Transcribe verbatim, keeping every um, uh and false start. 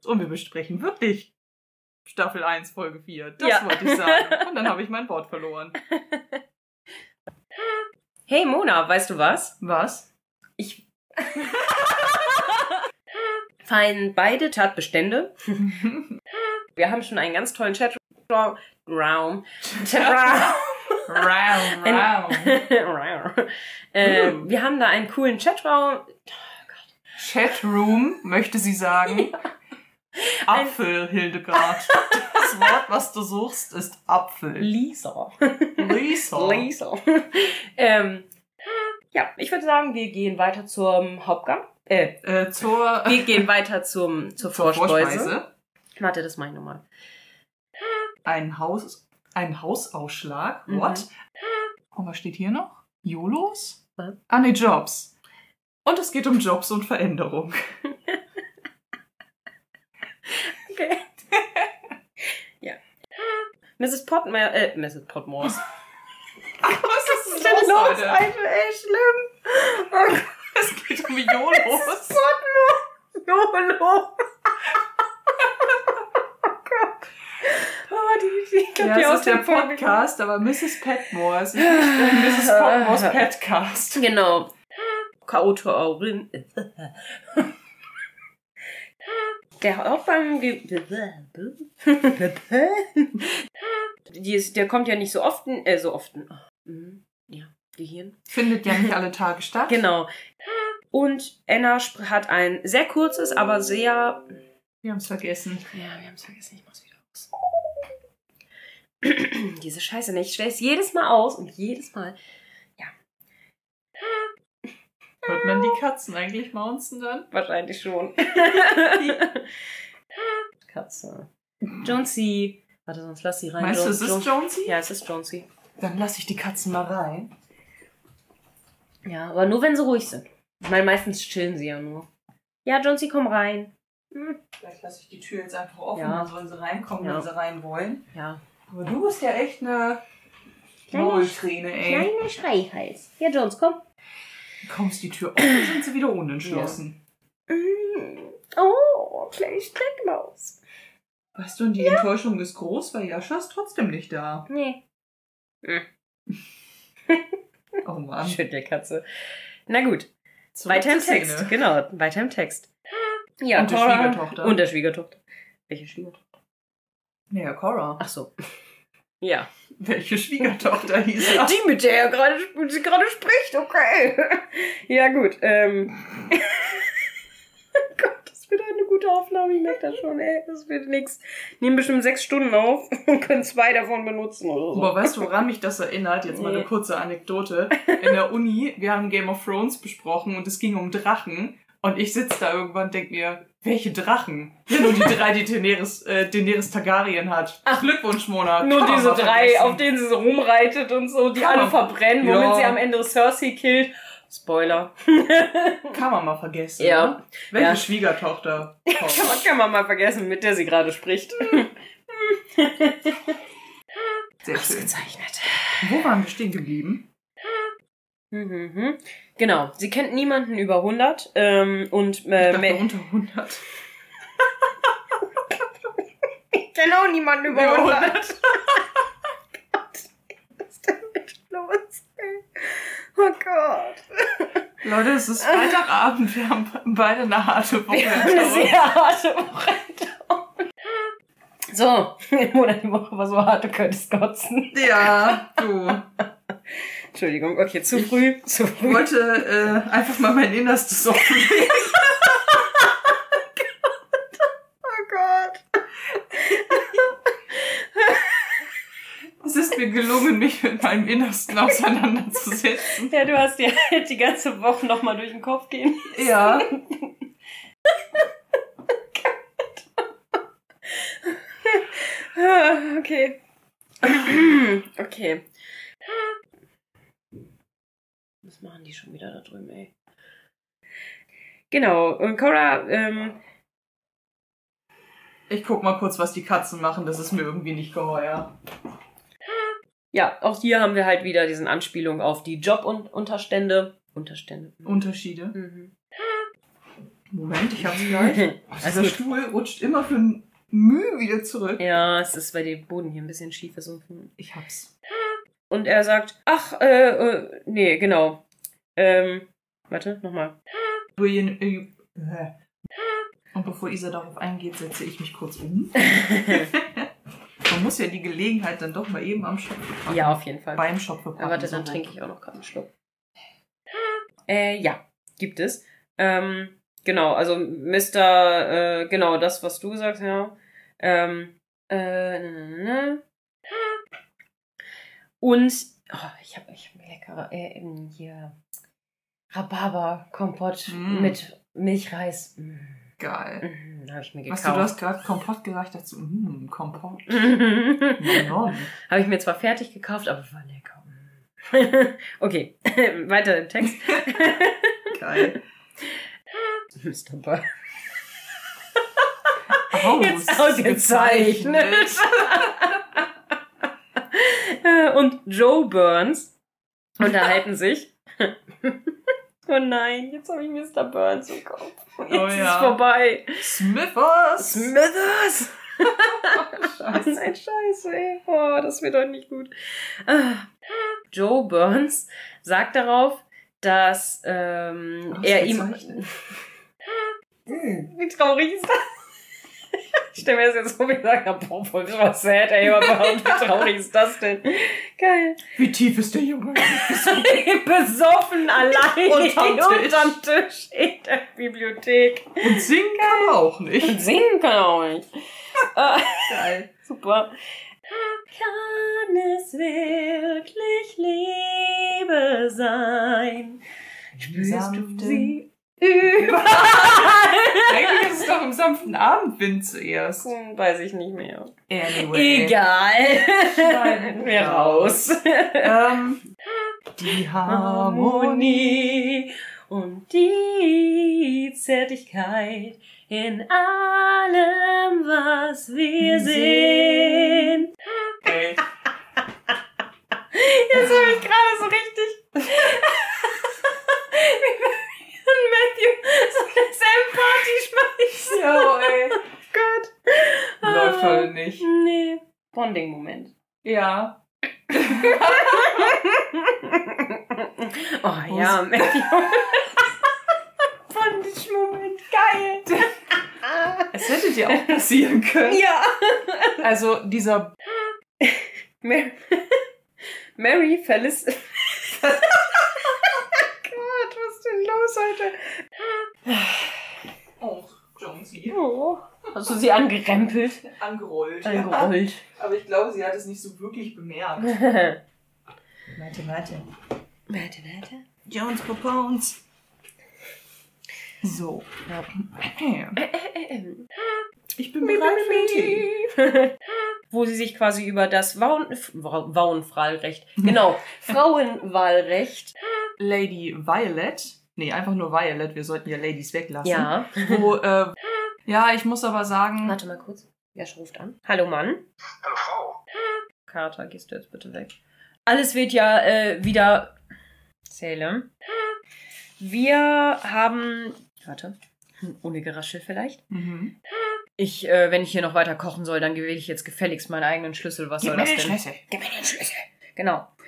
und wir besprechen wirklich Staffel eins, Folge vier. Das ja. wollte ich sagen. Und dann habe ich mein Wort verloren. Hey Mona, weißt du was? Was? Ich fallen beide Tatbestände. Wir haben schon einen ganz tollen Chatraum. Raum. Chatraum. Raum, Raum. ähm, wir haben da einen coolen Chatraum. Chatroom, möchte sie sagen. Apfel, Hildegard. Das Wort, was du suchst, ist Apfel. Lisa. Lisa. Lisa. ähm, ja, ich würde sagen, wir gehen weiter zum Hauptgang. Äh, äh zur... Wir gehen weiter zum, zur, zur Vorspeise. Vorspeise. Warte, das mache ich nochmal. Ein Haus... Ein Hausausschlag. Mhm. What? Und was steht hier noch? YOLOs? Was? Ah, nee, Jobs. Und es geht um Jobs und Veränderung. Okay. Ja. Misses Potmore, äh, Misses Potmore. Ach, was ist denn los, Alter? Alter, ey, schlimm. Oh, es geht um YOLOs. Misses Potmore. YOLO. Ich glaub, ja, die das ist der Podcast, aber Misses Petmore. Es ist nicht der Misses Potmores Podcast. Genau. Autorin. Der Hauptmann, der kommt ja nicht so oft, äh, so oft, ja, Gehirn. Findet ja nicht alle Tage statt. Genau. Und Anna hat ein sehr kurzes, aber sehr... Wir haben es vergessen. Ja, wir haben es vergessen. Ich mach's wieder aus. Diese Scheiße, ne? Ich stelle es jedes Mal aus und jedes Mal, ja. Hört man die Katzen eigentlich maunzen dann? Wahrscheinlich schon. Katze. Jonesy. Warte, sonst lass sie rein. Meinst du, es ist Jonesy? Ja, es ist Jonesy. Dann lass ich die Katzen mal rein. Ja, aber nur wenn sie ruhig sind. Ich meine, meistens chillen sie ja nur. Ja, Jonesy, komm rein. Hm. Vielleicht lasse ich die Tür jetzt einfach offen, ja. dann sollen sie reinkommen, ja. wenn sie rein wollen. Ja. Aber du bist ja echt eine Maulträne, ey. Kleiner Schreihals. Ja, Jones, komm. Kommst die Tür offen, sind sie wieder unentschlossen. Ja. Oh, kleine Streckmaus. Weißt du, und die ja. Enttäuschung ist groß, weil Jascha ist trotzdem nicht da. Nee. Oh Mann. Schüttelkatze. Na gut. Zurück weiter im Text. Szene. Genau, weiter im Text. Ja, und der Cora, Schwiegertochter. Und der Schwiegertochter. Welche Schwiegertochter? Naja, Cora. Ach so. Ja. Welche Schwiegertochter hieß er? Die, mit der er gerade sie gerade spricht, okay. Ja, gut. Ähm. Gott, das wird eine gute Aufnahme, ich merke das schon, ey. Das wird nix. Nehmen bestimmt sechs Stunden auf und können zwei davon benutzen oder so. Aber weißt du, woran mich das erinnert? Jetzt mal eine kurze Anekdote. In der Uni, wir haben Game of Thrones besprochen und es ging um Drachen. Und ich sitze da irgendwann und denke mir, welche Drachen? Ja, nur die drei, die Daenerys, äh, Daenerys Targaryen hat. Ach, Glückwunsch, Mona. Nur diese drei, auf denen sie so rumreitet und so, die alle verbrennen, womit ja. sie am Ende Cersei killt. Spoiler. Kann man mal vergessen. Ja. Ne? Welche ja. Schwiegertochter? kann, man, kann man mal vergessen, mit der sie gerade spricht. Sehr Ausgezeichnet. Schön. Wo waren wir stehen geblieben? Mhm. Genau, sie kennt niemanden über hundert ähm, und äh, ich dachte unter hundert. Ich kenne auch niemanden über, über hundert. hundert. Gott, was ist denn mit los? Oh Gott. Leute, es ist Freitagabend, wir haben beide eine harte Woche. Wir haben eine sehr harte Woche. So, im Monat die Woche war so hart, du könntest kotzen. Ja, du. Entschuldigung, okay, zu früh, ich, zu früh. Ich wollte äh, einfach mal mein Innerstes offenlegen. Oh Gott. Es ist mir gelungen, mich mit meinem Innersten auseinanderzusetzen. Ja, du hast dir halt die ganze Woche nochmal durch den Kopf gehen lassen. Ja. Okay. Okay. Was machen die schon wieder da drüben, ey? Genau, und Cora, ähm... Ich guck mal kurz, was die Katzen machen, das ist mir irgendwie nicht geheuer. Ja, auch hier haben wir halt wieder diesen Anspielung auf die Jobunterstände. Unterstände. Unterschiede. Mhm. Moment, ich hab's gleich. Also Der Stuhl rutscht immer für Mühe wieder zurück. Ja, es ist, weil der Boden hier ein bisschen schief ist. Und, Ich hab's. und er sagt, ach, äh, äh, nee, genau. Ähm, warte, nochmal. Und bevor Isa darauf eingeht, setze ich mich kurz um. Man muss ja die Gelegenheit dann doch mal eben am Shop verpacken. Ja, auf jeden Fall. Beim Shop verpacken. Aber warte, dann so. trinke ich auch noch gerade einen Schluck. Äh, ja, gibt es. Ähm, genau, also Mister, äh, genau, das, was du sagst, ja. Ähm, äh, ne, ne, ne. Und, oh, ich habe ich hab leckere, äh, hier, Rhabarber-Kompott Mm. mit Milchreis. Mm. Geil. Mhm, habe ich mir Weißt du, du gekauft. hast gerade Kompott gesagt, dazu, mmm, Kompott. habe Manon. ich mir zwar fertig gekauft, aber war lecker. Okay, weiter im Text. Geil. Mister Burns. Aus, Jetzt ausgezeichnet. Und Joe Burns unterhalten sich. Oh nein, jetzt habe ich Mister Burns im Kopf. Jetzt Oh ist ja. es vorbei. Smithers. Smithers! Scheiße. Nein, scheiße, ey. Oh, das wird doch nicht gut. Ah. Joe Burns sagt darauf, dass ähm, er ihm... Ausgezeichnet. Wie traurig ist das? Ich stelle mir das jetzt vor, wie ich sage, boah, voll was sad, ey, aber wie traurig ist das denn? Geil. Wie tief ist der Junge? Besoffen allein Unterm Tisch. unterm Tisch in der Bibliothek. Und singen kann er auch nicht. Und singen kann er auch nicht. äh, Geil. super. Kann es wirklich Liebe sein? Spürst du sie überall? Eigentlich ist es doch im sanften Abendwind zuerst. Hm, weiß ich nicht mehr. Anyway. Egal. Schneiden wir raus. Ähm, die Harmonie. Harmonie und die Zärtlichkeit in allem, was wir sehen. Okay. Jetzt habe ich gerade so richtig wie Matthew so eine Sam-Party schmeißt. Ja, ey. Gott. Läuft heute nicht. Nee. Bonding-Moment. Ja. Oh ja, Matthew. Bondage-Moment. Geil. Es hätte dir auch passieren können. Ja. Also, dieser... Mary, Mary Fellis. Gott, was ist denn los heute? Oh, Jonesy. Oh. Hast du sie angerempelt? Angerollt. Angerollt. Aber ich glaube, sie hat es nicht so wirklich bemerkt. Warte, Warte, warte. warte. Jones Propones. So. Ja. Ich bin bereit für den Tee. Wo sie sich quasi über das Wauen, Frauenwahlrecht, genau, Frauenwahlrecht, Lady Violet. Nee, einfach nur Violet. Wir sollten ja Ladies weglassen. ja. Wo, äh, ja, ich muss aber sagen... Warte mal kurz. Wer ruft an? Hallo Mann. Hallo Frau. Carter, gehst du jetzt bitte weg. Alles wird ja äh, wieder... Zähle. Wir haben... Warte. Ohne Geraschel vielleicht. Mhm. Ich, äh, wenn ich hier noch weiter kochen soll, dann gewähle ich jetzt gefälligst meinen eigenen Schlüssel. Was soll das denn? Schlüssel. Gib mir den Schlüssel. Genau.